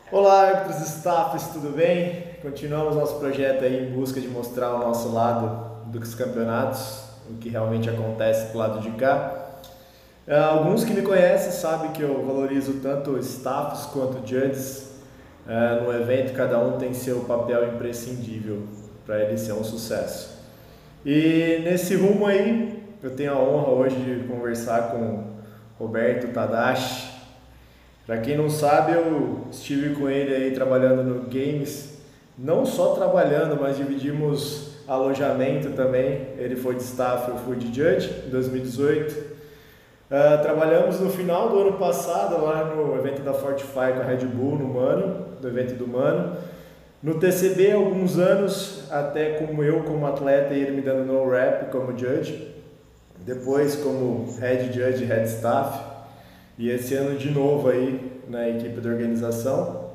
Olá, árbitros e staffs, tudo bem? Continuamos nosso projeto aí em busca de mostrar o nosso lado dos campeonatos, o que realmente acontece do lado de cá. Alguns que me conhecem sabem que eu valorizo tanto staffs quanto judges. No evento, cada um tem seu papel imprescindível para ele ser um sucesso. E nesse rumo aí, eu tenho a honra hoje de conversar com Roberto Tadashi. Para quem não sabe, eu estive com ele aí trabalhando no Games, não só trabalhando, mas dividimos alojamento também. Ele foi de staff, eu fui de judge em 2018. Trabalhamos no final do ano passado lá no evento da Fortify com a Red Bull, no Mano, do evento do Mano. No TCB, alguns anos, até como atleta e ele me dando no rap como judge. Depois como head judge, head staff. E esse ano de novo aí na equipe da organização.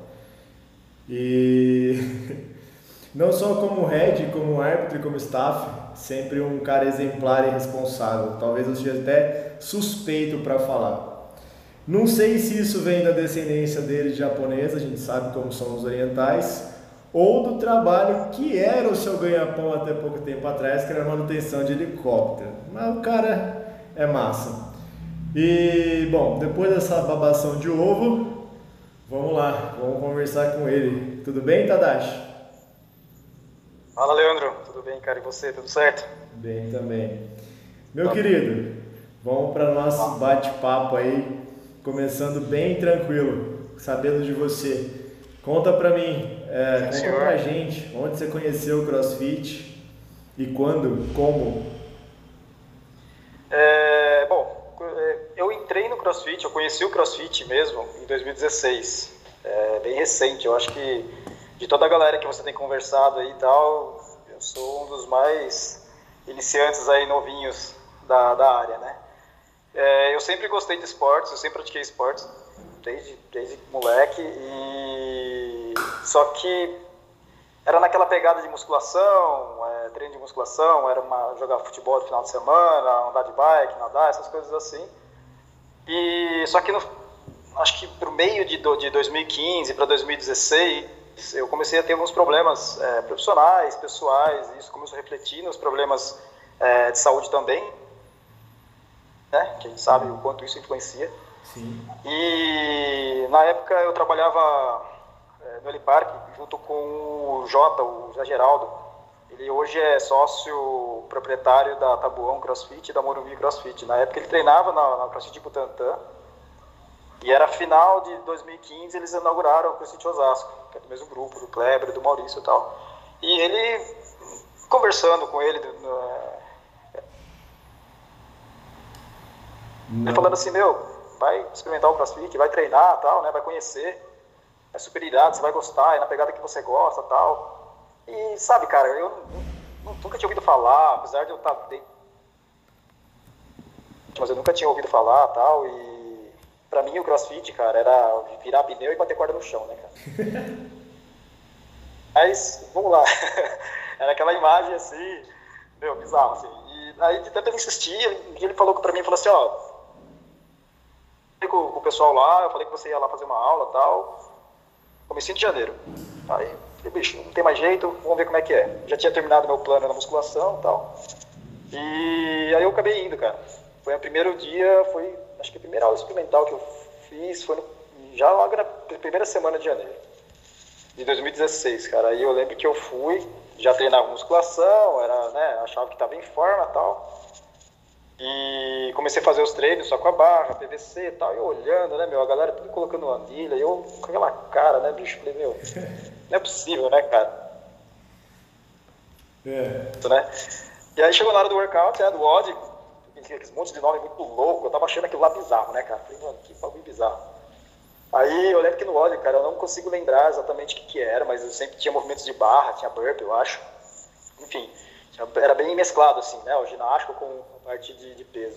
E não só como head, como árbitro e como staff, sempre um cara exemplar e responsável. Talvez eu seja até suspeito para falar. Não sei se isso vem da descendência dele japonesa, a gente sabe como são os orientais, ou do trabalho que era o seu ganha-pão até pouco tempo atrás, que era a manutenção de helicóptero. Mas o cara é massa. E, bom, depois dessa babação de ovo, vamos lá, vamos conversar com ele. Tudo bem, Tadashi? Fala, Leandro. Tudo bem, cara? E você? Tudo certo? Bem também. Meu Top. querido, vamos para o nosso bate-papo aí, começando bem tranquilo, sabendo de você. Conta pra mim, Sim, conta pra senhor. gente, onde você conheceu o CrossFit e quando, como? Eu entrei no CrossFit, eu conheci o CrossFit mesmo em 2016. Bem recente. Eu acho que de toda a galera que você tem conversado aí e tal, eu sou um dos mais iniciantes aí, novinhos da área, né? Eu sempre gostei de esportes, eu sempre pratiquei esportes desde moleque, só que era naquela pegada de musculação, treino de musculação, jogar futebol no final de semana, andar de bike, nadar, essas coisas assim. E só que acho que pro meio de 2015 para 2016, eu comecei a ter alguns problemas profissionais, pessoais, e isso começou a refletir nos problemas de saúde também, né? Que a gente sabe o quanto isso influencia. Sim. E na época eu trabalhava no Helipark junto com o Jota, o Zé Geraldo. Ele hoje é sócio proprietário da Tabuão CrossFit e da Morumbi CrossFit. Na época ele treinava na CrossFit Butantã. E era final de 2015, eles inauguraram o CrossFit Osasco, que é do mesmo grupo, do Kleber, do Maurício e tal. E ele, conversando com ele, ele falando Não. assim, meu, vai experimentar o CrossFit, vai treinar, tal, né, vai conhecer, é super irado, você vai gostar, é na pegada que você gosta, tal. E sabe, cara, eu nunca tinha ouvido falar, apesar de eu estar dentro, mas eu nunca tinha ouvido falar, tal, e pra mim o CrossFit, cara, era virar pneu e bater corda no chão, né, cara. Mas, vamos lá, era aquela imagem assim, meu, bizarro, assim. E aí, de tanto ele insistir, ele falou pra mim, falou assim, ó, com o pessoal lá, eu falei que você ia lá fazer uma aula e tal, comecinho de janeiro. Aí, falei, bicho, não tem mais jeito, vamos ver como é que é. Já tinha terminado meu plano na musculação e tal. E aí eu acabei indo, cara. Foi o primeiro dia, acho que a primeira aula experimental que eu fiz foi já logo na primeira semana de janeiro de 2016, cara. Aí eu lembro que eu fui, já treinava musculação, né, achava que estava em forma e tal. E comecei a fazer os treinos só com a barra, PVC e tal, e eu olhando, né, meu, a galera tudo colocando anilha, e eu com aquela cara, né, bicho, falei, meu, não é possível, né, cara, É. né? E aí chegou na hora do workout, do WOD, aqueles montes de nome muito louco, eu tava achando aquilo lá bizarro, né, cara, falei, mano, que bagulho bizarro. Aí eu lembro que no WOD, cara, eu não consigo lembrar exatamente o que era, mas eu sempre tinha movimentos de barra, tinha burpee, eu acho, enfim, era bem mesclado, assim, né, o ginástico com a parte de peso.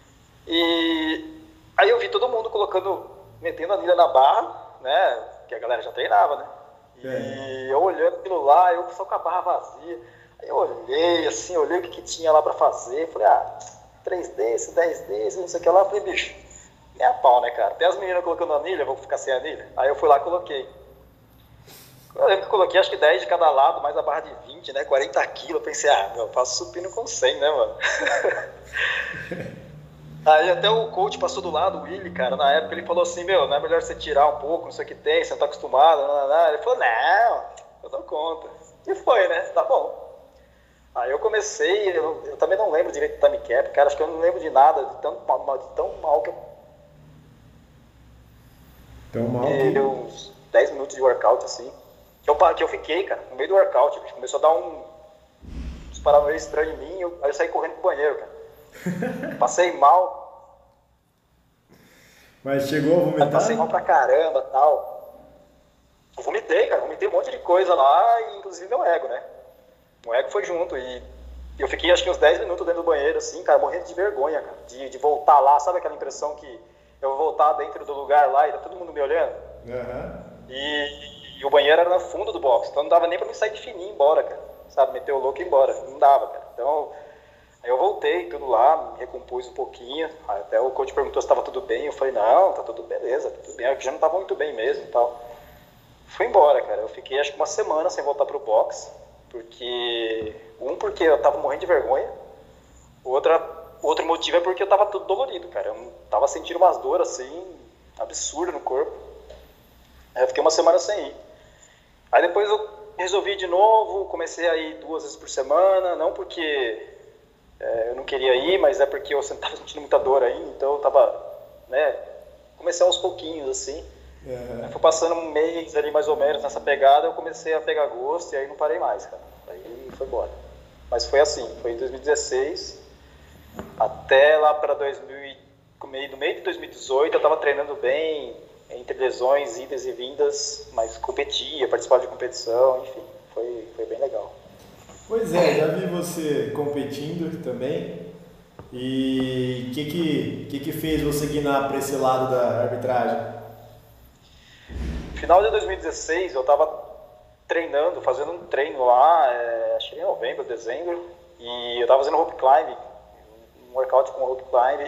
E aí eu vi todo mundo metendo a anilha na barra, né? Que a galera já treinava, né? É. E eu olhando aquilo lá, eu só com a barra vazia. Aí eu olhei, assim, olhei o que tinha lá pra fazer. Falei, 3 desses, 10 desses, não sei o que lá. Falei, bicho, nem a pau, né, cara? Tem as meninas colocando anilha, eu vou ficar sem anilha. Aí eu fui lá e coloquei. Eu lembro que eu coloquei acho que 10 de cada lado, mais a barra de 20, né? 40 quilos. Eu pensei, meu, eu faço supino com 100, né, mano? Aí até o coach passou do lado, o Willi, cara, na época ele falou assim, meu, não é melhor você tirar um pouco, não sei o que tem, você não tá acostumado, não. Ele falou, não, eu dou conta. E foi, né? Tá bom. Aí eu comecei, eu também não lembro direito do time cap, cara, acho que eu não lembro de nada, de tão mal que eu... Tão mal que... Deu uns 10 minutos de workout, assim, que eu fiquei, cara, no meio do workout, começou a dar uns paranoias estranhos em mim, aí eu saí correndo pro banheiro, cara. Passei mal. Mas chegou a vomitar? Passei mal pra caramba e tal. Eu vomitei, cara. Vomitei um monte de coisa lá, inclusive meu ego, né? O ego foi junto. E eu fiquei acho que uns 10 minutos dentro do banheiro, assim, cara, morrendo de vergonha, cara. De voltar lá. Sabe aquela impressão que eu vou voltar dentro do lugar lá e tá todo mundo me olhando? Uhum. E o banheiro era no fundo do box. Então não dava nem pra me sair de fininho e ir embora, cara. Sabe? Meter o louco e ir embora. Não dava, cara. Então... Aí eu voltei, tudo lá, me recompus um pouquinho, até o coach perguntou se estava tudo bem, eu falei, não, tá tudo beleza, tá tudo bem, eu já não estava muito bem mesmo e tal. Fui embora, cara, eu fiquei acho que uma semana sem voltar pro box, porque eu estava morrendo de vergonha, outro motivo é porque eu estava todo dolorido, cara, eu tava sentindo umas dores assim, absurdas no corpo, aí eu fiquei uma semana sem ir. Aí depois eu resolvi de novo, comecei a ir 2 vezes por semana, não porque... eu não queria ir, mas é porque eu estava sentindo muita dor ainda, então eu tava, né, comecei aos pouquinhos, assim. Uhum. Fui passando um mês ali, mais ou menos, nessa pegada, eu comecei a pegar gosto e aí não parei mais, cara. Aí foi embora. Mas foi assim, foi em 2016, até lá para no meio de 2018, eu tava treinando bem, entre lesões, idas e vindas, mas competia, participava de competição, enfim, foi bem legal. Pois é, já vi você competindo também. E o que fez você guinar para esse lado da arbitragem? No final de 2016, eu estava treinando, fazendo um treino lá, acho que em novembro, dezembro, e eu estava fazendo rope climb, um workout com rope climb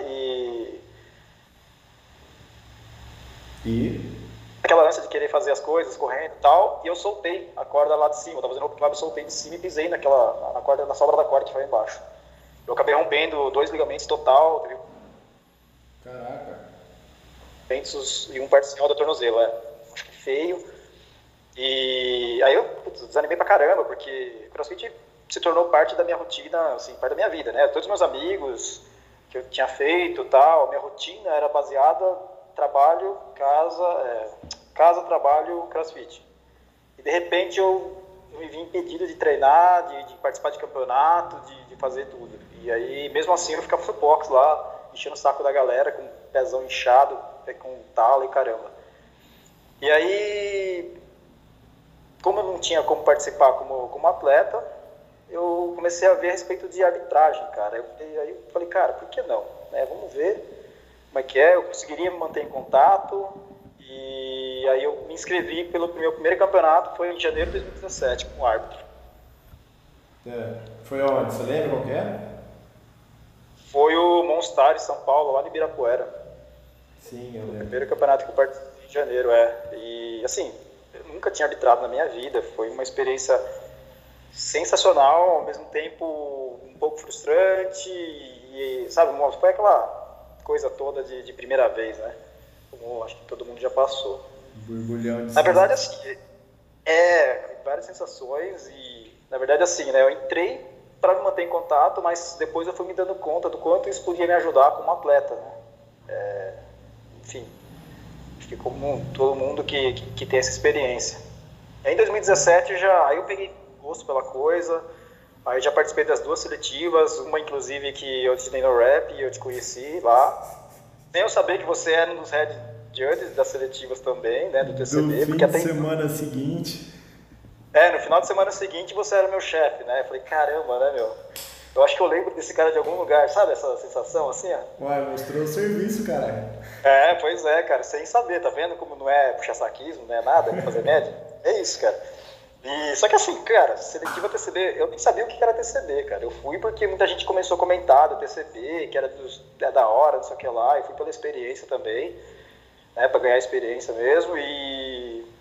E? Aquela ânsia de querer fazer as coisas, correndo e tal, e eu soltei a corda lá de cima, eu tava fazendo rope climb, eu soltei de cima e pisei na corda, na sobra da corda que foi embaixo. Eu acabei rompendo 2 ligamentos total, teve Caraca. ligamentos e um parcial da tornozelo, acho que feio. E aí eu desanimei pra caramba, porque o CrossFit se tornou parte da minha rotina, assim, parte da minha vida, né? Todos os meus amigos que eu tinha feito, tal, a minha rotina era baseada trabalho, casa, trabalho, CrossFit. E de repente eu me vi impedido de treinar, de participar de campeonato, de fazer tudo. E aí, mesmo assim, eu ficava no box lá, enchendo o saco da galera, com o pezão inchado, com tala e caramba. E aí, como eu não tinha como participar como atleta, eu comecei a ver a respeito de arbitragem, cara. Aí eu falei, cara, por que não? Né? Vamos ver como é que é, eu conseguiria me manter em contato, e aí eu me inscrevi pelo meu primeiro campeonato, foi em janeiro de 2017, como árbitro. Foi onde? Você lembra qual que é? Foi o Monstar, em São Paulo, lá no Ibirapuera. Sim, eu lembro. O primeiro campeonato que eu participei em janeiro, E assim, eu nunca tinha arbitrado na minha vida, foi uma experiência sensacional, ao mesmo tempo um pouco frustrante, e sabe, foi aquela coisa toda de primeira vez, né? Como acho que todo mundo já passou. Borbulhão de... Na verdade, assim, várias sensações e, na verdade, assim, né? Eu entrei para me manter em contato, mas depois eu fui me dando conta do quanto isso podia me ajudar como atleta, né? Enfim, acho que como todo mundo que tem essa experiência. Aí, em 2017, aí eu peguei gosto pela coisa. Aí já participei das 2 seletivas, uma inclusive que eu te dei no rap e eu te conheci lá. Nem eu sabia que você era um dos head judges das seletivas também, né, do TCB. Do fim de semana seguinte. No final de semana seguinte você era meu chefe, né? Eu falei, caramba, né, meu? Eu acho que eu lembro desse cara de algum lugar, sabe essa sensação assim, ó? Uai, mostrou o serviço, cara. Pois é, cara, sem saber, tá vendo como não é puxa-saquismo, não é nada, é fazer média? É isso, cara. Só que assim, cara, seletiva TCB, eu nem sabia o que era TCB, cara. Eu fui porque muita gente começou a comentar do TCB, que era da hora, não sei o que lá, e fui pela experiência também, né, pra ganhar experiência mesmo, e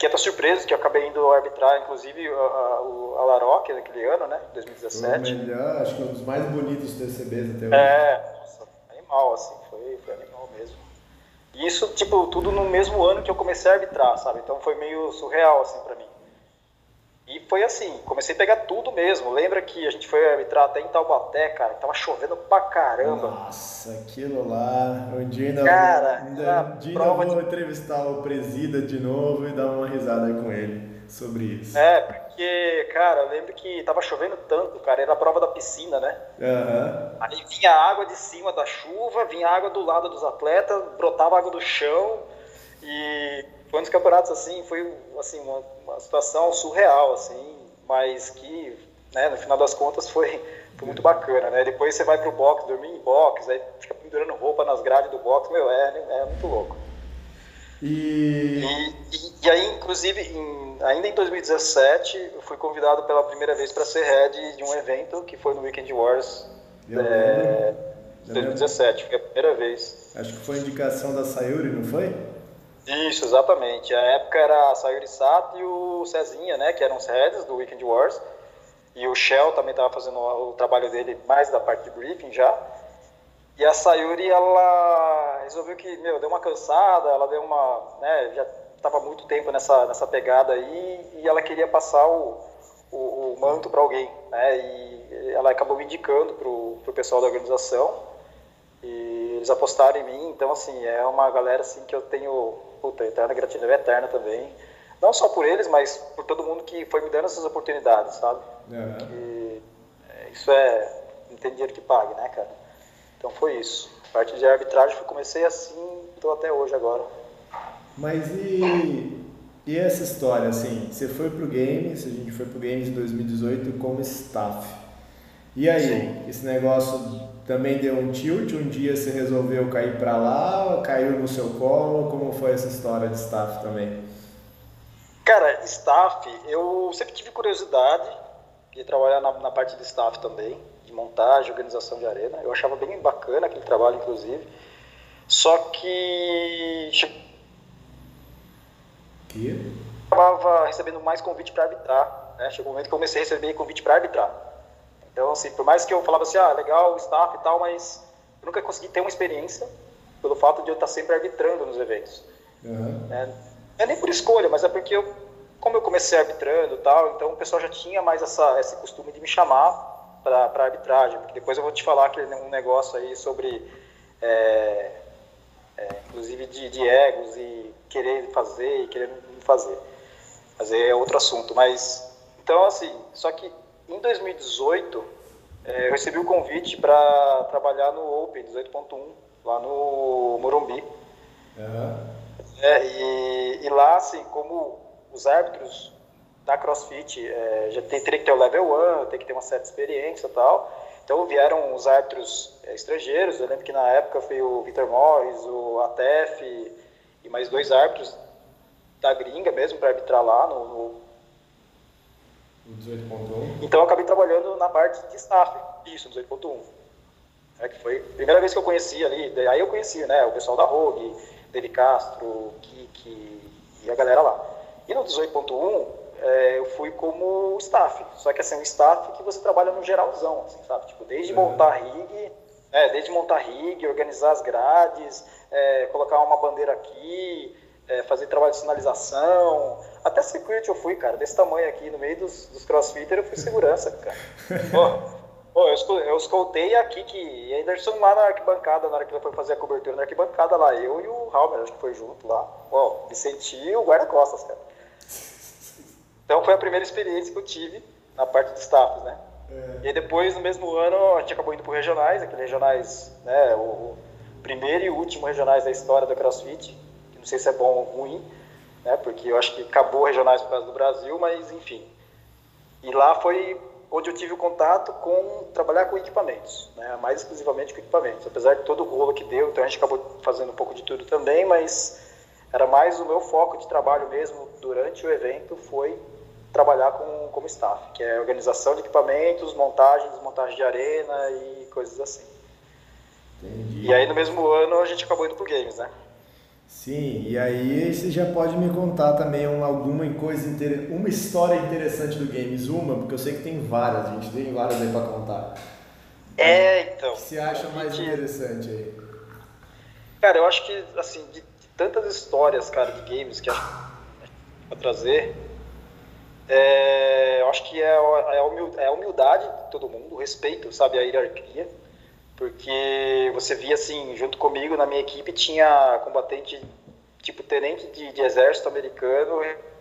fiquei até surpreso que eu acabei indo arbitrar, inclusive, a Laroque naquele ano, né? 2017. Foi o melhor, acho que um dos mais bonitos TCBs até hoje. Nossa, animal, assim, foi animal mesmo. E isso, tipo, tudo no mesmo ano que eu comecei a arbitrar, sabe? Então foi meio surreal, assim, pra mim. E foi assim, comecei a pegar tudo mesmo. Lembra que a gente foi arbitrar até em Taubaté, cara? Tava chovendo pra caramba. Nossa, aquilo lá. Um dia ainda, Cara, vou entrevistar o Presida de novo e dar uma risada com ele sobre isso. Porque, cara, eu lembro que tava chovendo tanto, cara. Era a prova da piscina, né? Uhum. Aí vinha água de cima da chuva, vinha água do lado dos atletas, brotava água do chão. E foi um dos campeonatos, assim, foi assim, uma situação surreal, assim, mas que, né, no final das contas foi muito bacana, né? Depois você vai pro box, dormir em box, aí fica pendurando roupa nas grades do box, meu, é muito louco. E aí, inclusive, ainda em 2017, eu fui convidado pela primeira vez para ser head de um evento que foi no Weekend Wars 2017, foi a primeira vez. Acho que foi indicação da Sayuri, não foi? Isso, exatamente. A época era a Sayuri Sato e o Cezinha, né, que eram os heads do Weekend Wars. E o Shell também estava fazendo o trabalho dele mais da parte de briefing já. E a Sayuri, ela resolveu que, deu uma cansada, ela deu uma, né, já estava muito tempo nessa pegada aí, e ela queria passar o manto para alguém, né, e ela acabou me indicando pro pessoal da organização, e eles apostaram em mim. Então, assim, é uma galera, assim, que eu tenho, eterna gratidão, eterna também, não só por eles, mas por todo mundo que foi me dando essas oportunidades, sabe? Porque isso não tem dinheiro que pague, né, cara? Então foi isso. A parte de arbitragem eu comecei assim, estou até hoje agora. Mas e essa história, assim, você foi pro Games, a gente foi pro Games em 2018 como staff. E aí, sim, esse negócio também deu um tilt? Um dia você resolveu cair para lá, caiu no seu colo? Como foi essa história de staff também? Cara, staff, eu sempre tive curiosidade de trabalhar na parte de staff também, de montagem, organização de arena. Eu achava bem bacana aquele trabalho, inclusive. Só que eu estava recebendo mais convite para arbitrar, né? Chegou um momento que eu comecei a receber convite para arbitrar. Então, assim, por mais que eu falava assim, legal, staff e tal, mas eu nunca consegui ter uma experiência pelo fato de eu estar sempre arbitrando nos eventos. Uhum. Não é nem por escolha, mas é porque como eu comecei arbitrando e tal, então o pessoal já tinha mais esse costume de me chamar para arbitragem, porque depois eu vou te falar um negócio aí sobre, inclusive de egos e querer fazer e querer não fazer. Mas é outro assunto. Mas, então, assim, só que em 2018, eu recebi o convite para trabalhar no Open 18.1, lá no Morumbi. Uhum. E lá, assim, como os árbitros da CrossFit já teria que ter o level 1, tem que ter uma certa experiência e tal. Então vieram os árbitros estrangeiros. Eu lembro que na época foi o Victor Morris, o Atef e mais 2 árbitros da gringa mesmo para arbitrar lá no 18.1. Então eu acabei trabalhando na parte de staff, isso, no 18.1. Que foi a primeira vez que eu conheci ali. Aí eu conheci, né, o pessoal da Rogue, Dave Castro, Kiki e a galera lá. E no 18.1 eu fui como staff, só que assim, um staff que você trabalha no geralzão, assim, sabe? Tipo, desde montar rig, organizar as grades, colocar uma bandeira aqui, fazer trabalho de sinalização, até security eu fui, cara, desse tamanho aqui, no meio dos crossfitters eu fui segurança, cara. Eu escoltei a Kiki e a Anderson lá na arquibancada, na hora que ela foi fazer a cobertura na arquibancada lá, eu e o Halmer, acho que foi junto lá. Vicente e o guarda-costas, cara. Então foi a primeira experiência que eu tive na parte de staff, né? E aí depois, no mesmo ano, a gente acabou indo pro regionais, aqueles regionais, né, o primeiro e último regionais da história da CrossFit, que não sei se é bom ou ruim, né, porque eu acho que acabou regionais por causa do Brasil, mas enfim. E lá foi onde eu tive o contato com trabalhar com equipamentos, né, mais exclusivamente com equipamentos, apesar de todo o rolo que deu, então a gente acabou fazendo um pouco de tudo também, mas era mais o meu foco de trabalho mesmo durante o evento foi trabalhar como staff, que é organização de equipamentos, montagem, desmontagem de arena e coisas assim. Entendi. E aí no mesmo ano a gente acabou indo pro Games, né? Sim, e aí você já pode me contar também uma história interessante do Games, porque eu sei que tem várias, a gente tem várias aí pra contar. Mas o Então, que você a acha mais gente, interessante aí? cara, eu acho que, assim, de tantas histórias, cara, de games que acho que pra trazer, eu acho que é a humildade de todo mundo, o respeito, sabe, a hierarquia, porque você via, assim, junto comigo, na minha equipe, tinha combatente, tipo, tenente de exército americano,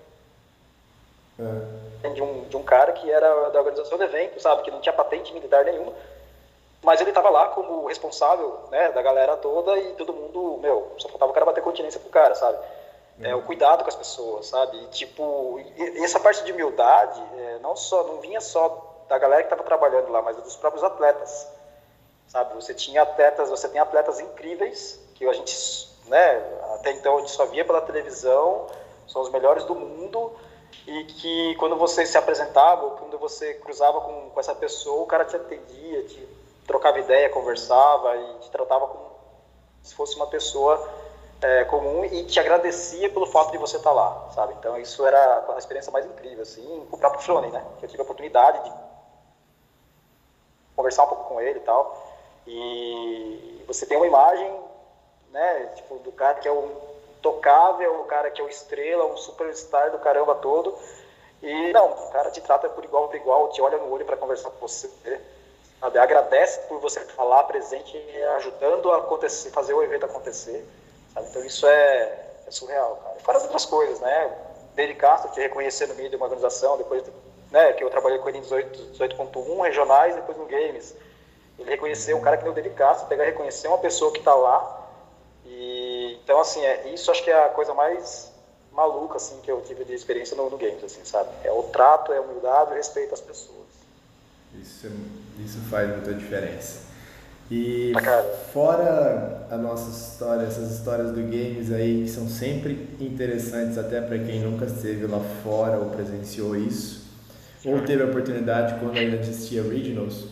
de um cara que era da organização do evento, sabe, que não tinha patente militar nenhuma, mas ele estava lá como responsável, né, da galera toda e todo mundo, meu, só faltava o cara bater continência pro cara, sabe? O cuidado com as pessoas, sabe? E, tipo, e essa parte de humildade não vinha só da galera que estava trabalhando lá, mas dos próprios atletas, sabe? Você tem atletas incríveis que a gente, né, até então a gente só via pela televisão, são os melhores do mundo e que quando você se apresentava, ou quando você cruzava com essa pessoa, o cara te atendia, te trocava ideia, conversava e te tratava como se fosse uma pessoa comum e te agradecia pelo fato de você estar lá, sabe? Então isso era a experiência mais incrível, assim, com o próprio Floney, né? Que eu tive a oportunidade de conversar um pouco com ele e tal. E você tem uma imagem, né, tipo, do cara que é o intocável, o cara que é o estrela, um superstar do caramba todo. E não, o cara te trata por igual para igual, te olha no olho para conversar com você, sabe? Agradece por você estar lá presente, ajudando a acontecer, fazer o evento acontecer, sabe? Então isso é surreal, cara. E fora as outras coisas, né? Dele Castro te reconhecer no meio de uma organização, depois, né, que eu trabalhei com ele em 18.1 regionais, depois no Games. Ele reconheceu um cara que nem o Dele Castro, pegar e reconhecer uma pessoa que está lá. E então, assim, isso acho que é a coisa mais maluca, assim, que eu tive de experiência no Games, assim, sabe? É o trato, é a humildade, o respeito às pessoas. Isso faz muita diferença. E Pra cara. fora a nossa história, essas histórias do Games aí, que são sempre interessantes até para quem nunca esteve lá fora ou presenciou isso, ou teve a oportunidade quando ainda existia Regionals,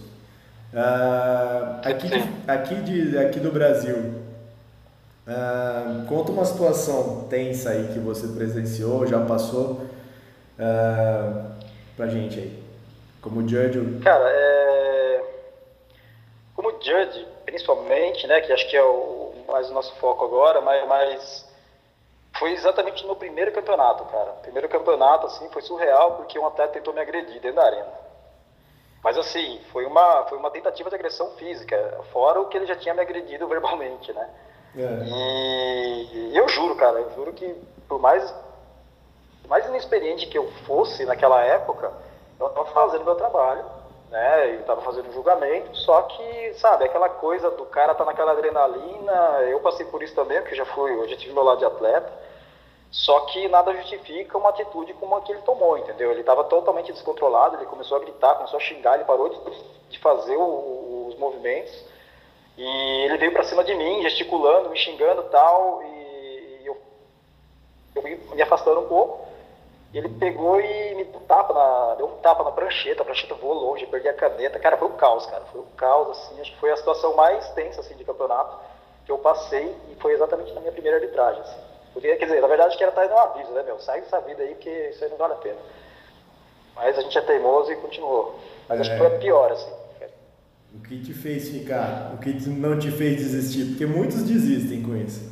aqui do Brasil, conta uma situação tensa aí que você presenciou, já passou, pra gente aí. Como judge. Cara, como judge, principalmente, né, que acho que é mais o nosso foco agora, mas foi exatamente no primeiro campeonato, cara. Primeiro campeonato, assim, foi surreal, porque um atleta tentou me agredir dentro da arena. Mas, assim, foi uma tentativa de agressão física, fora o que ele já tinha me agredido verbalmente, né? E eu juro, cara, eu juro que por mais inexperiente que eu fosse naquela época, eu estava fazendo meu trabalho, né? Eu estava fazendo um julgamento, só que, sabe, aquela coisa do cara tá naquela adrenalina, eu passei por isso também, porque eu já tive meu lado de atleta, só que nada justifica uma atitude como a que ele tomou, entendeu? Ele estava totalmente descontrolado, ele começou a gritar, começou a xingar, ele parou de fazer os movimentos, e ele veio para cima de mim, gesticulando, me xingando e tal, e eu me afastando um pouco. E ele pegou e me deu um tapa na prancheta, a prancheta voou longe, eu perdi a caneta. Cara, foi um caos, assim, acho que foi a situação mais tensa, assim, de campeonato que eu passei e foi exatamente na minha primeira arbitragem, assim. Porque, quer dizer, na verdade, que era estar no aviso, né, meu? Sai dessa vida aí, porque isso aí não vale a pena. Mas a gente é teimoso e continuou. Mas acho que foi a pior, assim. O que te fez ficar? O que não te fez desistir? Porque muitos desistem com isso.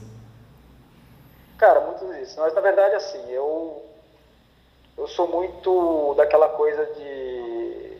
Cara, muitos isso. Mas, na verdade, assim, eu sou muito daquela coisa de...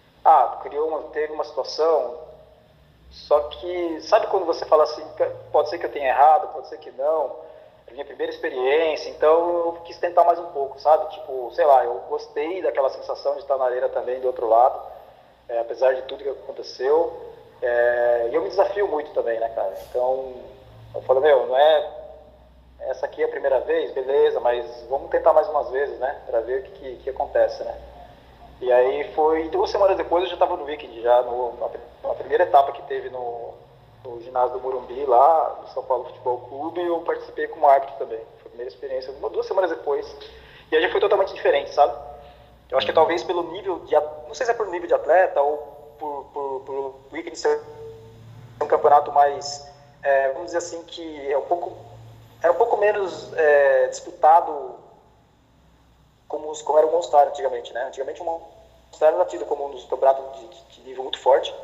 teve uma situação, só que, sabe quando você fala assim, pode ser que eu tenha errado, pode ser que não, é minha primeira experiência, então eu quis tentar mais um pouco, sabe? Tipo, sei lá, eu gostei daquela sensação de estar na areia também do outro lado, apesar de tudo que aconteceu, e eu me desafio muito também, né, cara? Então, eu falo, não é... Essa aqui é a primeira vez, beleza, mas vamos tentar mais umas vezes, né? Pra ver o que acontece, né? E aí foi 2 semanas depois eu já estava no Weekend, já na primeira etapa que teve no ginásio do Morumbi, lá no São Paulo Futebol Clube, eu participei como árbitro também. Foi a primeira experiência, 2 semanas depois. E aí já foi totalmente diferente, sabe? Eu acho que talvez pelo nível de... Não sei se é por nível de atleta ou por Weekend ser um campeonato mais... vamos dizer assim, que é um pouco... era um pouco menos disputado como era o Monster antigamente, né? Antigamente o Monster era tido como um dos campeonatos de nível muito forte.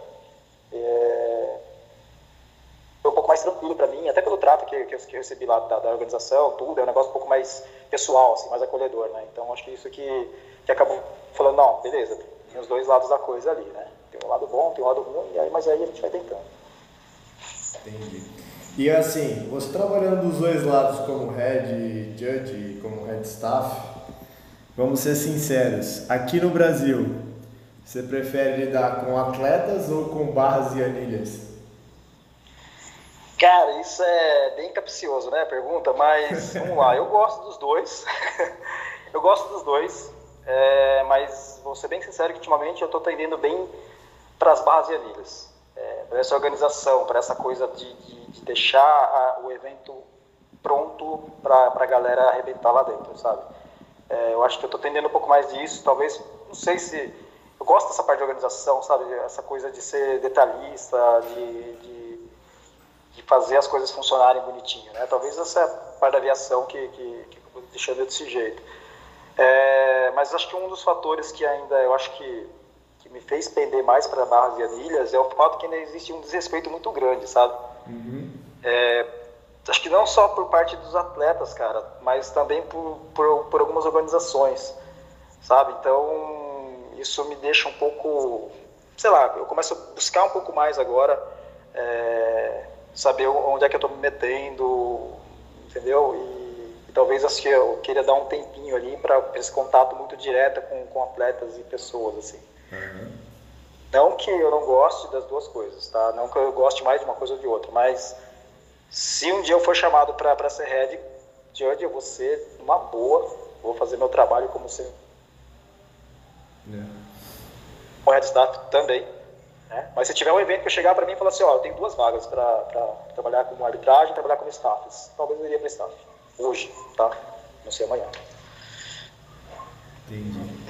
Foi um pouco mais tranquilo para mim, até pelo trato que eu recebi lá da organização, tudo, é um negócio um pouco mais pessoal, assim, mais acolhedor, né? Então acho que isso que acabou falando, não, beleza, tem os dois lados da coisa ali, né? Tem um lado bom, tem um lado ruim, mas aí a gente vai tentando. Entendi. E assim, você trabalhando dos dois lados como head judge e como head staff, vamos ser sinceros, aqui no Brasil, você prefere lidar com atletas ou com barras e anilhas? Cara, isso é bem capcioso, né, a pergunta, mas vamos lá, eu gosto dos dois, eu gosto dos dois, mas vou ser bem sincero que ultimamente eu estou tendendo bem para as barras e anilhas, para essa organização, para essa coisa de deixar o evento pronto para a galera arrebentar lá dentro, sabe? Eu acho que eu estou tendendo um pouco mais disso, talvez, não sei se... Eu gosto dessa parte de organização, sabe? Essa coisa de ser detalhista, de fazer as coisas funcionarem bonitinho, né? Talvez essa é a parte da aviação que eu deixando desse jeito. Mas acho que um dos fatores que ainda eu acho que me fez pender mais para barras e anilhas é o fato que ainda existe um desrespeito muito grande, sabe? Uhum. Acho que não só por parte dos atletas, cara, mas também por algumas organizações, sabe? Então, isso me deixa um pouco, sei lá, eu começo a buscar um pouco mais agora, saber onde é que eu estou me metendo, entendeu? E talvez acho que eu queria dar um tempinho ali para esse contato muito direto com atletas e pessoas, assim. Uhum. Não que eu não goste das duas coisas, tá? Não que eu goste mais de uma coisa ou de outra, mas se um dia eu for chamado para ser head judge, eu vou ser uma boa, vou fazer meu trabalho como ser o head staff também, né? Mas se tiver um evento que eu chegar para mim e falar assim, ó, eu tenho 2 vagas para trabalhar como arbitragem e trabalhar como staff, talvez eu iria para staff, hoje, tá? Não sei amanhã. Entendi.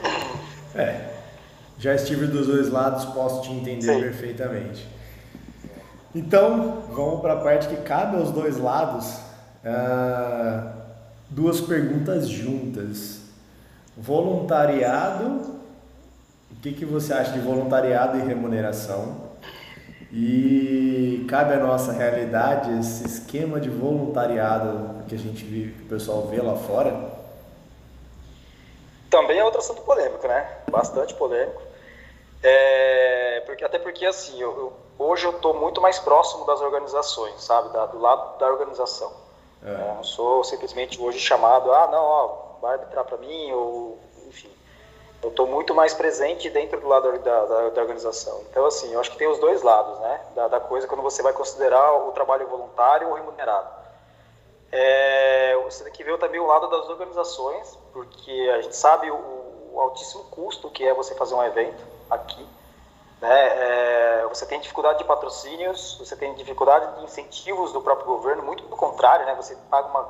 Já estive dos dois lados, posso te entender Sim. perfeitamente. Então, vamos para a parte que cabe aos dois lados. 2 perguntas juntas. Voluntariado, o que você acha de voluntariado e remuneração? E cabe à nossa realidade esse esquema de voluntariado que a gente vive, que o pessoal vê lá fora? Também é outro assunto polêmico, né? Bastante polêmico. Até porque, assim, hoje eu estou muito mais próximo das organizações, sabe? Do lado da organização. Eu não sou simplesmente hoje chamado, não, ó, vai arbitrar para mim, ou enfim. Eu estou muito mais presente dentro do lado da organização. Então, assim, eu acho que tem os dois lados, né? Da coisa quando você vai considerar o trabalho voluntário ou remunerado. Você tem que ver também o lado das organizações, porque a gente sabe o altíssimo custo que é você fazer um evento aqui, né? Você tem dificuldade de patrocínios, você tem dificuldade de incentivos do próprio governo, muito do contrário, né? Você paga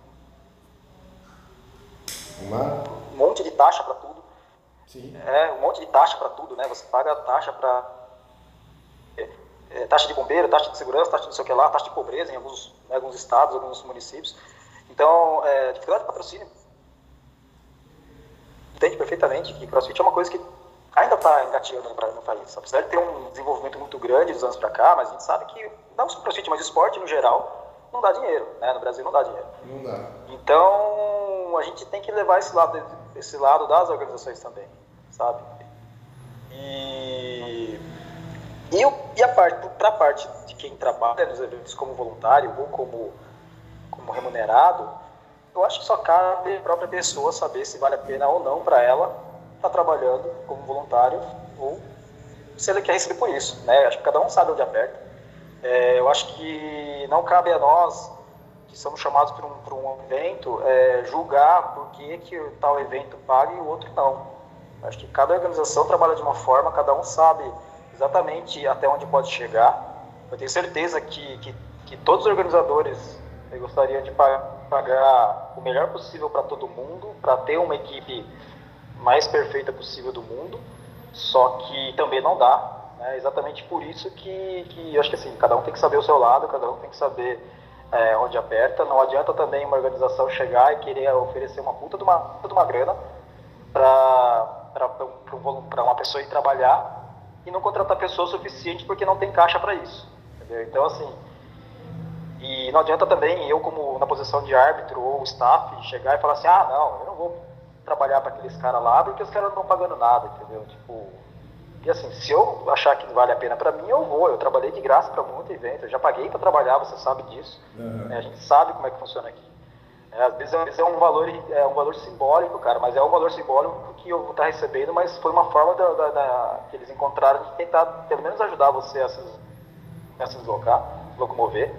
um monte de taxa para tudo. Sim. Um monte de taxa para tudo, né? Você paga taxa para taxa de bombeiro, taxa de segurança, taxa de não sei o que lá, taxa de pobreza em alguns estados, alguns municípios. Então, dificuldade de patrocínio. Entende perfeitamente que CrossFit é uma coisa que ainda está engateando no país. Apesar de ter um desenvolvimento muito grande dos anos para cá, mas a gente sabe que, não só CrossFit, mas esporte no geral, não dá dinheiro, né? No Brasil não dá dinheiro. Não dá. Então, a gente tem que levar esse lado das organizações também, sabe? E para a parte de quem trabalha nos eventos como voluntário ou como remunerado, eu acho que só cabe a própria pessoa saber se vale a pena ou não para ela estar trabalhando como voluntário ou se ele quer receber por isso, né? Acho que cada um sabe onde aperta. Eu acho que não cabe a nós, que somos chamados para um evento, julgar por que o tal evento paga e o outro não. Acho que cada organização trabalha de uma forma, cada um sabe exatamente até onde pode chegar. Eu tenho certeza que todos os organizadores gostariam de pagar o melhor possível para todo mundo, para ter uma equipe mais perfeita possível do mundo, só que também não dá, né? Exatamente por isso que eu acho que assim, cada um tem que saber o seu lado, cada um tem que saber onde aperta. Não adianta também uma organização chegar e querer oferecer uma puta de uma grana para uma pessoa ir trabalhar e não contratar pessoa suficiente porque não tem caixa para isso, entendeu? Então, assim, e não adianta também eu, como na posição de árbitro ou staff, chegar e falar assim, não, eu não vou trabalhar para aqueles caras lá porque os caras não estão pagando nada, entendeu? Tipo, e assim, se eu achar que vale a pena para mim, eu vou. Eu trabalhei de graça para muito evento, eu já paguei para trabalhar, você sabe disso. A gente sabe como é que funciona aqui. Às vezes é um valor simbólico, cara, mas é um valor simbólico que eu vou estar recebendo, mas foi uma forma que eles encontraram de tentar, pelo menos, ajudar você a se deslocar, se locomover.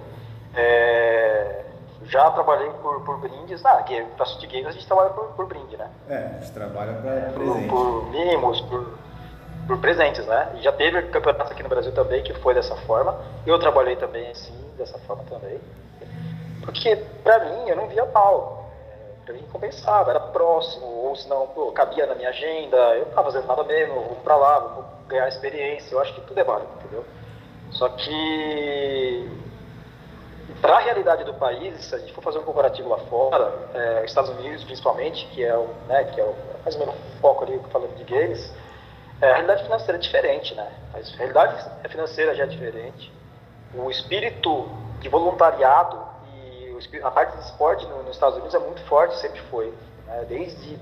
Já trabalhei por brindes, para assistir games a gente trabalha por brinde, né? A gente trabalha para presente. Por mínimos, por presentes, né? E já teve campeonatos aqui no Brasil também que foi dessa forma. Eu trabalhei também assim, dessa forma também. Porque, pra mim, eu não via mal. Pra mim, compensava, era próximo, ou se não, cabia na minha agenda, eu não tava fazendo nada mesmo, vou pra lá, vou ganhar experiência, eu acho que tudo é válido, entendeu? Só que, pra realidade do país, se a gente for fazer um comparativo lá fora, Estados Unidos principalmente, que é mais ou menos o foco ali, falando de games, a realidade financeira é diferente, né? A realidade financeira já é diferente. O espírito de voluntariado a parte de esporte nos Estados Unidos é muito forte, sempre foi, né? Desde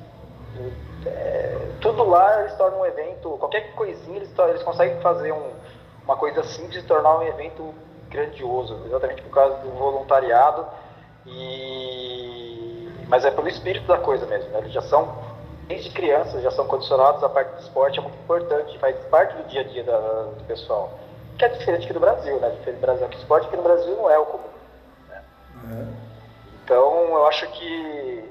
tudo lá eles tornam um evento, qualquer coisinha eles conseguem fazer uma coisa simples e tornar um evento grandioso, exatamente por causa do voluntariado, mas é pelo espírito da coisa mesmo, né? Eles já são, desde crianças, já são condicionados, a parte do esporte é muito importante, faz parte do dia a dia do pessoal, que é diferente aqui do Brasil, né? Diferente do Brasil, que o esporte aqui no Brasil não é o comum. Então, eu acho que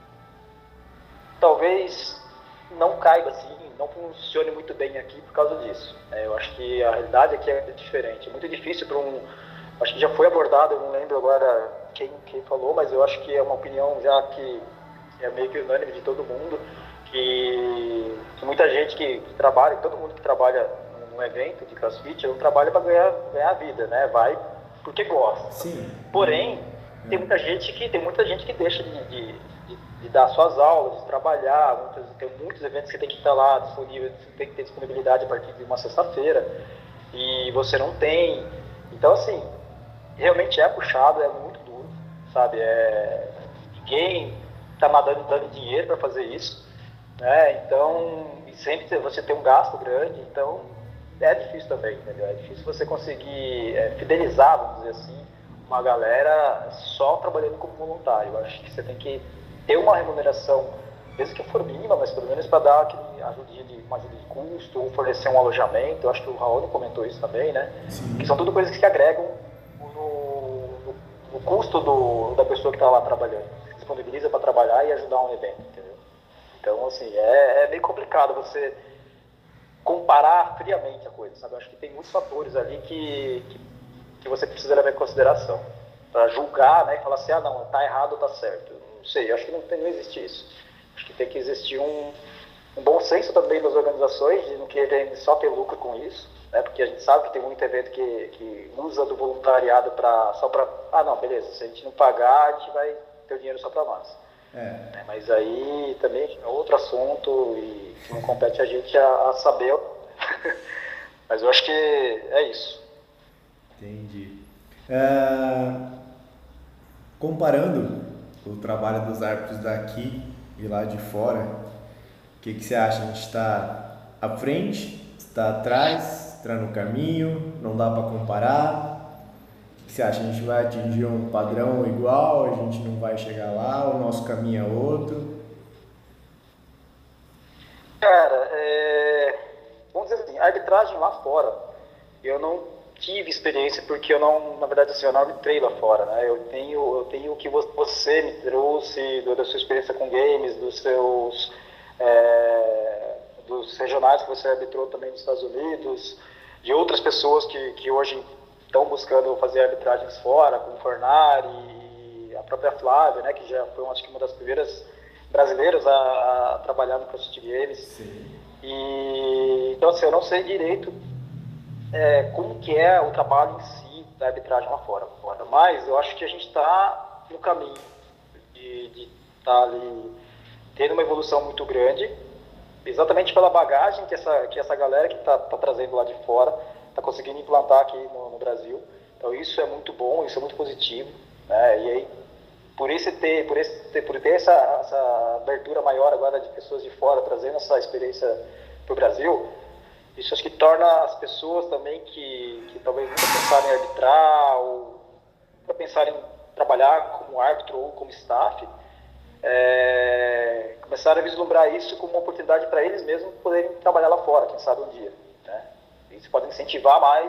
talvez não caiba assim, não funcione muito bem aqui por causa disso. Eu acho que a realidade aqui é diferente. É muito difícil para acho que já foi abordado, eu não lembro agora quem falou, mas eu acho que é uma opinião já que é meio que unânime de todo mundo, que muita gente que trabalha, todo mundo que trabalha num evento de CrossFit, não trabalha para ganhar a vida, né? Vai porque gosta. Sim. Porém, tem muita gente que deixa de dar suas aulas, de trabalhar. Tem muitos eventos que tem que estar lá disponível, tem que ter disponibilidade a partir de uma sexta-feira e você não tem. Então, assim, realmente é puxado, é muito duro, sabe? Ninguém está dando dinheiro para fazer isso, né? Então, e sempre você tem um gasto grande, então é difícil também, entendeu? É difícil você conseguir fidelizar, vamos dizer assim, uma galera só trabalhando como voluntário. Eu acho que você tem que ter uma remuneração, mesmo que for mínima, mas pelo menos para dar uma ajuda de custo, ou fornecer um alojamento. Eu acho que o Raul comentou isso também, né? Sim. Que são tudo coisas que agregam no custo da pessoa que está lá trabalhando, que se disponibiliza para trabalhar e ajudar um evento, entendeu? Então, assim, é meio complicado você comparar friamente a coisa, sabe? Eu acho que tem muitos fatores ali que você precisa levar em consideração para julgar, né, e falar assim, não, tá errado ou tá certo. Eu não sei, eu acho que não existe isso. Acho que tem que existir um bom senso também das organizações de não querer só ter lucro com isso, né, porque a gente sabe que tem muito evento que usa do voluntariado só para, não, beleza, se a gente não pagar, a gente vai ter o dinheiro só para nós. Mas aí também é outro assunto e não compete a gente a saber. Mas eu acho que é isso. Entendi. Comparando o trabalho dos árbitros daqui e lá de fora, o que você acha? A gente está à frente, está atrás, está no caminho, não dá para comparar? O que você acha? A gente vai atingir um padrão igual, a gente não vai chegar lá, o nosso caminho é outro? Cara, vamos dizer assim, a arbitragem lá fora, eu não tive experiência porque eu não, na verdade, assim, eu não arbitrei lá fora, né? Eu tenho o que você me trouxe da sua experiência com games, dos regionais que você arbitrou também nos Estados Unidos, de outras pessoas que hoje estão buscando fazer arbitragens fora, como o Fornari e a própria Flávia, né? Que já foi, acho que, uma das primeiras brasileiras a trabalhar no CrossFit Games. Sim. Então, assim, eu não sei direito como que é o trabalho em si da arbitragem lá fora. Mas eu acho que a gente está no caminho de estar ali tendo uma evolução muito grande, exatamente pela bagagem que essa galera que está trazendo lá de fora está conseguindo implantar aqui no Brasil. Então isso é muito bom, isso é muito positivo, né? E aí, por ter essa abertura maior agora de pessoas de fora trazendo essa experiência para o Brasil, isso acho que torna as pessoas também que talvez nunca pensaram em arbitrar ou nunca pensaram em trabalhar como árbitro ou como staff, começaram a vislumbrar isso como uma oportunidade para eles mesmos poderem trabalhar lá fora, quem sabe um dia, né? Isso pode incentivar mais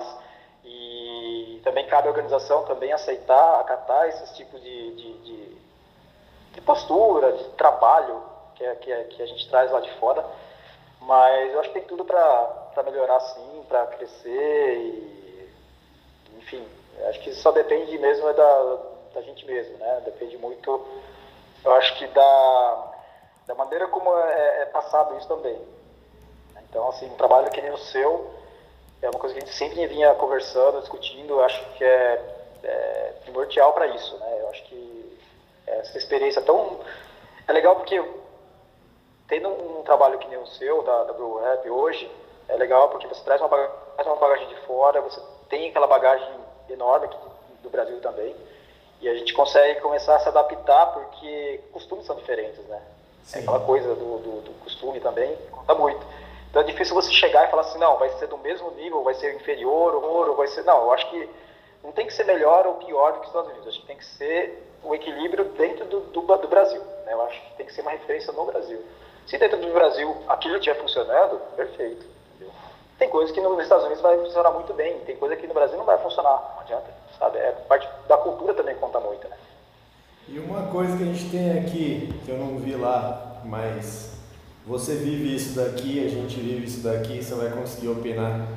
e também cabe à organização também aceitar, acatar esses tipos de postura, de trabalho que a gente traz lá de fora. Mas eu acho que tem tudo para melhorar sim, para crescer e, enfim, acho que só depende mesmo da gente mesmo, né? Depende muito, eu acho que da maneira como é passado isso também. Então, assim, um trabalho que nem o seu é uma coisa que a gente sempre vinha conversando, discutindo, eu acho que é primordial para isso, né? Eu acho que essa experiência é legal porque tendo um trabalho que nem o seu, da Blue Rap hoje, é legal porque você traz uma bagagem de fora, você tem aquela bagagem enorme aqui do Brasil também, e a gente consegue começar a se adaptar porque costumes são diferentes, né? Sim. Aquela coisa do costume também conta muito. Então é difícil você chegar e falar assim, não, vai ser do mesmo nível, vai ser inferior, ou vai ser... Não, eu acho que não tem que ser melhor ou pior do que os Estados Unidos, eu acho que tem que ser o equilíbrio dentro do Brasil, né? Eu acho que tem que ser uma referência no Brasil. Se dentro do Brasil aquilo estiver funcionando, perfeito. Entendeu? Tem coisa que nos Estados Unidos vai funcionar muito bem, tem coisa que no Brasil não vai funcionar, não adianta, sabe? Parte da cultura também conta muito, né? E uma coisa que a gente tem aqui, que eu não vi lá, mas você vive isso daqui, a gente vive isso daqui, você vai conseguir opinar.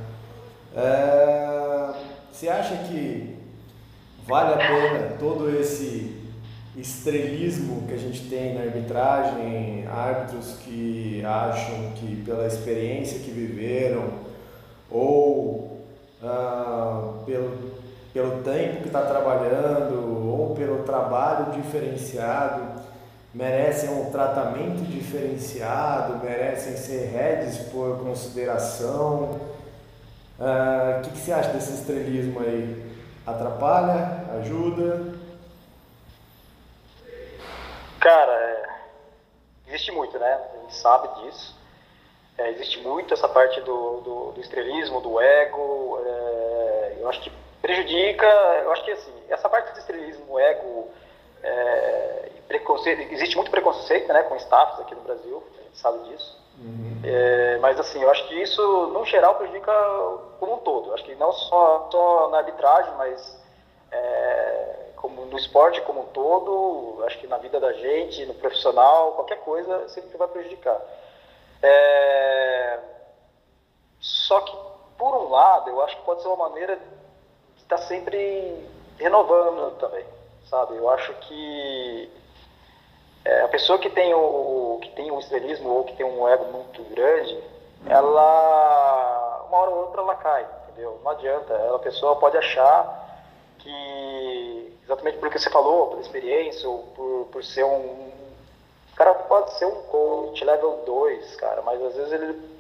Você acha que vale a pena todo esse estrelismo que a gente tem na arbitragem, árbitros que acham que pela experiência que viveram ou pelo tempo que está trabalhando ou pelo trabalho diferenciado merecem um tratamento diferenciado, merecem ser heads por consideração? O que você acha desse estrelismo aí? Atrapalha? Ajuda? Cara, existe muito, né? A gente sabe disso. Existe muito essa parte do estrelismo, do ego. Eu acho que prejudica. Eu acho que assim, essa parte do estrelismo, ego, preconceito. Existe muito preconceito, né, com staffs aqui no Brasil. A gente sabe disso. Uhum. Mas assim, eu acho que isso, no geral, prejudica como um todo. Eu acho que não só na arbitragem, mas como no esporte como um todo, acho que na vida da gente, no profissional, qualquer coisa sempre vai prejudicar. Só que, por um lado, eu acho que pode ser uma maneira de estar sempre renovando também, sabe? Eu acho que a pessoa que tem o estrelismo ou que tem um ego muito grande, ela, uma hora ou outra, ela cai, entendeu? Não adianta. A pessoa pode achar que, exatamente por que você falou, pela experiência, ou por ser o cara pode ser um coach level 2, cara, mas às vezes ele,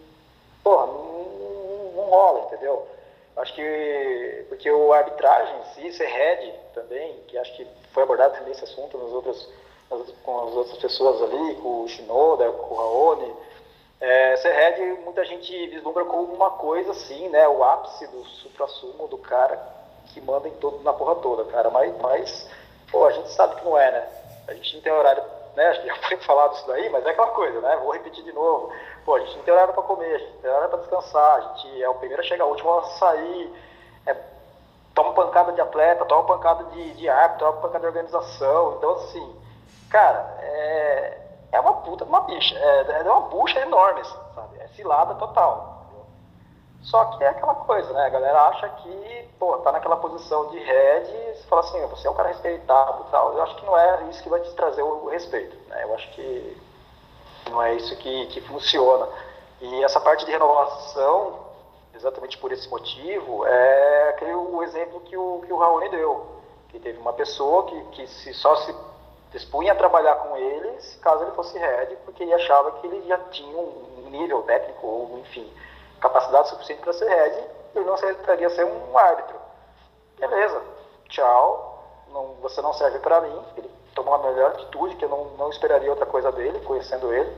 não rola, entendeu? Acho que, porque o arbitragem em si, ser head também, que acho que foi abordado também esse assunto com as outras pessoas ali, com o Shinoda, com o Raoni, ser head, muita gente vislumbra como uma coisa assim, né, o ápice do supra-sumo do cara que manda na porra toda, cara, mas a gente sabe que não é, né? A gente não tem horário, né? Acho que já foi falado isso daí, mas é aquela coisa, né? Vou repetir de novo. A gente não tem horário para comer, a gente não tem horário para descansar, a gente é o primeiro a chegar, o último a sair, toma pancada de atleta, toma pancada de árbitro, toma pancada de organização. Então, assim, cara, é uma bicha, é uma bucha enorme, assim, sabe? É cilada total. Só que é aquela coisa, né? A galera acha que, tá naquela posição de head e você fala assim, você é um cara respeitado e tal. Eu acho que não é isso que vai te trazer o respeito, né? Eu acho que não é isso que funciona. E essa parte de renovação, exatamente por esse motivo, é o exemplo que o Raoni deu, que teve uma pessoa que só se dispunha a trabalhar com ele caso ele fosse head, porque ele achava que ele já tinha um nível técnico, ou enfim, capacidade suficiente para ser head, e ele não aceitaria ser um árbitro. Beleza, tchau, você não serve para mim. Ele tomou a melhor atitude, que eu não esperaria outra coisa dele, conhecendo ele.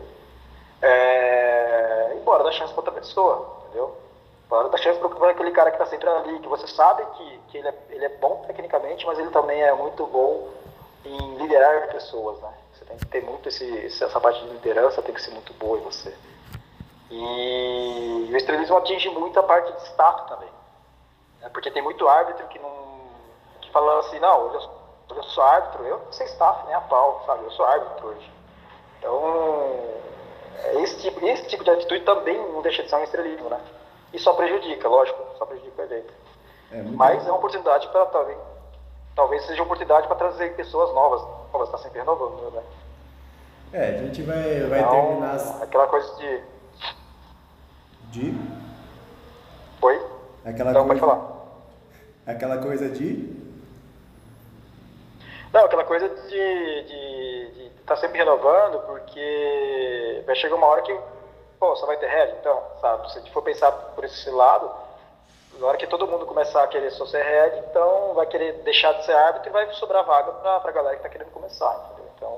E bora dar chance para outra pessoa, entendeu? Bora dar chance para aquele cara que está sempre ali, que você sabe que ele é bom tecnicamente, mas ele também é muito bom em liderar pessoas, né? Você tem que ter muito essa parte de liderança, tem que ser muito boa em você. E o estrelismo atinge muito a parte de staff também, né? Porque tem muito árbitro que fala assim, não, eu sou árbitro, eu não sei staff, nem a pau, sabe? Eu sou árbitro hoje. Então, esse tipo de atitude também não deixa de ser um estrelismo, né? E só prejudica, lógico, só prejudica o evento. Mas é uma oportunidade para talvez seja uma oportunidade para trazer pessoas novas, tá sempre renovando, né? A gente vai então, terminar... Aquela coisa De? Oi? Pode falar. Aquela coisa de... Não, aquela coisa de estar sempre renovando, porque vai chegar uma hora que, só vai ter head, então, sabe? Se a gente for pensar por esse lado, na hora que todo mundo começar a querer só ser head, então vai querer deixar de ser árbitro e vai sobrar vaga para a galera que está querendo começar, entendeu? Então,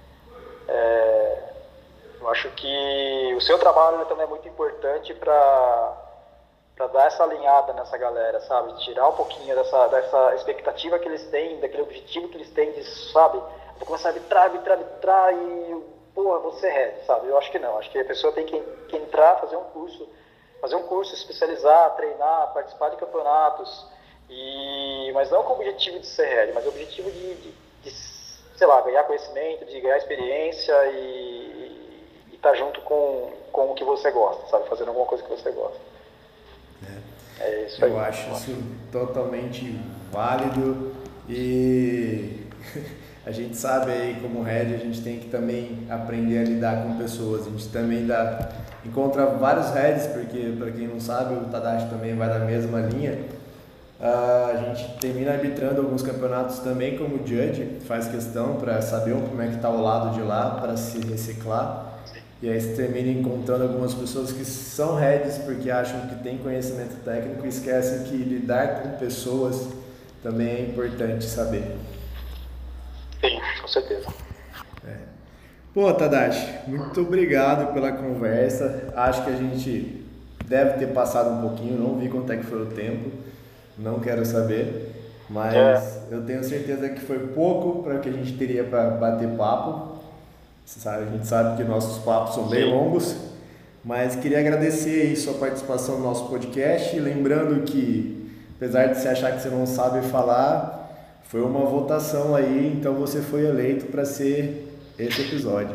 eu acho que o seu trabalho também é muito importante para dar essa alinhada nessa galera, sabe? Tirar um pouquinho dessa expectativa que eles têm, daquele objetivo que eles têm de, sabe? Vou começar a arbitrar e, vou ser head, sabe? Eu acho que não. Acho que a pessoa tem que entrar, fazer um curso, especializar, treinar, participar de campeonatos, mas não com o objetivo de ser head, mas o objetivo de sei lá, ganhar conhecimento, de ganhar experiência e estar junto com o que você gosta, sabe? Fazendo alguma coisa que você gosta. É isso aí. Eu acho isso totalmente válido e a gente sabe aí como head, a gente tem que também aprender a lidar com pessoas. A gente também encontra vários heads, porque para quem não sabe, o Tadashi também vai na mesma linha. A gente termina arbitrando alguns campeonatos também como judge, faz questão para saber como é que está o lado de lá, para se reciclar. E aí você termina encontrando algumas pessoas que são heads porque acham que tem conhecimento técnico e esquecem que lidar com pessoas também é importante saber. Sim, com certeza. Pô, Tadashi, muito obrigado pela conversa. Acho que a gente deve ter passado um pouquinho, não vi quanto é que foi o tempo, não quero saber, mas eu tenho certeza que foi pouco para o que a gente teria para bater papo. A gente sabe que nossos papos são bem longos, mas queria agradecer aí sua participação no nosso podcast, lembrando que, apesar de você achar que você não sabe falar, foi uma votação aí, então você foi eleito para ser esse episódio.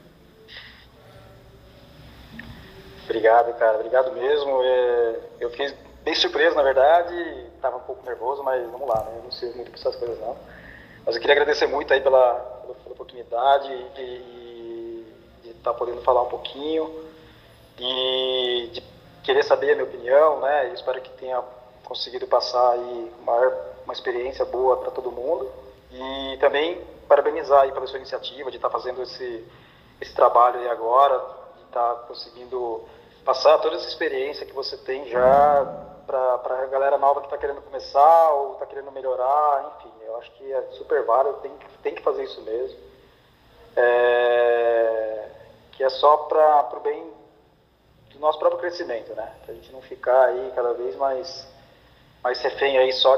Obrigado, cara, obrigado mesmo. Eu fiquei bem surpreso, na verdade, estava um pouco nervoso, mas vamos lá, né? Eu não sei muito para essas coisas não. Mas eu queria agradecer muito aí pela oportunidade de estar podendo falar um pouquinho e de querer saber a minha opinião, né? Eu espero que tenha conseguido passar aí uma experiência boa para todo mundo e também parabenizar aí pela sua iniciativa de estar fazendo esse trabalho aí agora, de estar conseguindo passar toda essa experiência que você tem já para a galera nova que está querendo começar ou está querendo melhorar, enfim, eu acho que é super válido, tem que fazer isso mesmo. Que é só para o bem do nosso próprio crescimento, né? Para a gente não ficar aí cada vez mais refém aí só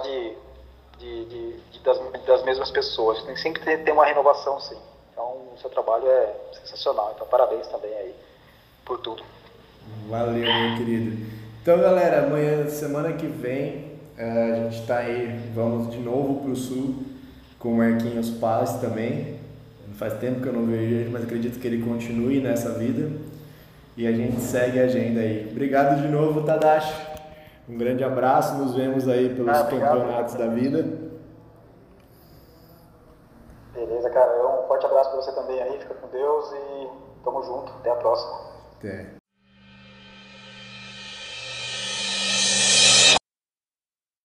das mesmas pessoas. Tem sempre ter uma renovação, sim. Então, o seu trabalho é sensacional. Então, parabéns também aí por tudo. Valeu, meu querido. Então, galera, semana que vem, a gente está aí, vamos de novo para o Sul com o Marquinhos Paz também. Faz tempo que eu não vejo ele, mas acredito que ele continue nessa vida. E a gente segue a agenda aí. Obrigado de novo, Tadashi. Um grande abraço, nos vemos aí pelos campeonatos da vida. Beleza, cara. Um forte abraço para você também aí, fica com Deus e tamo junto. Até a próxima. Até.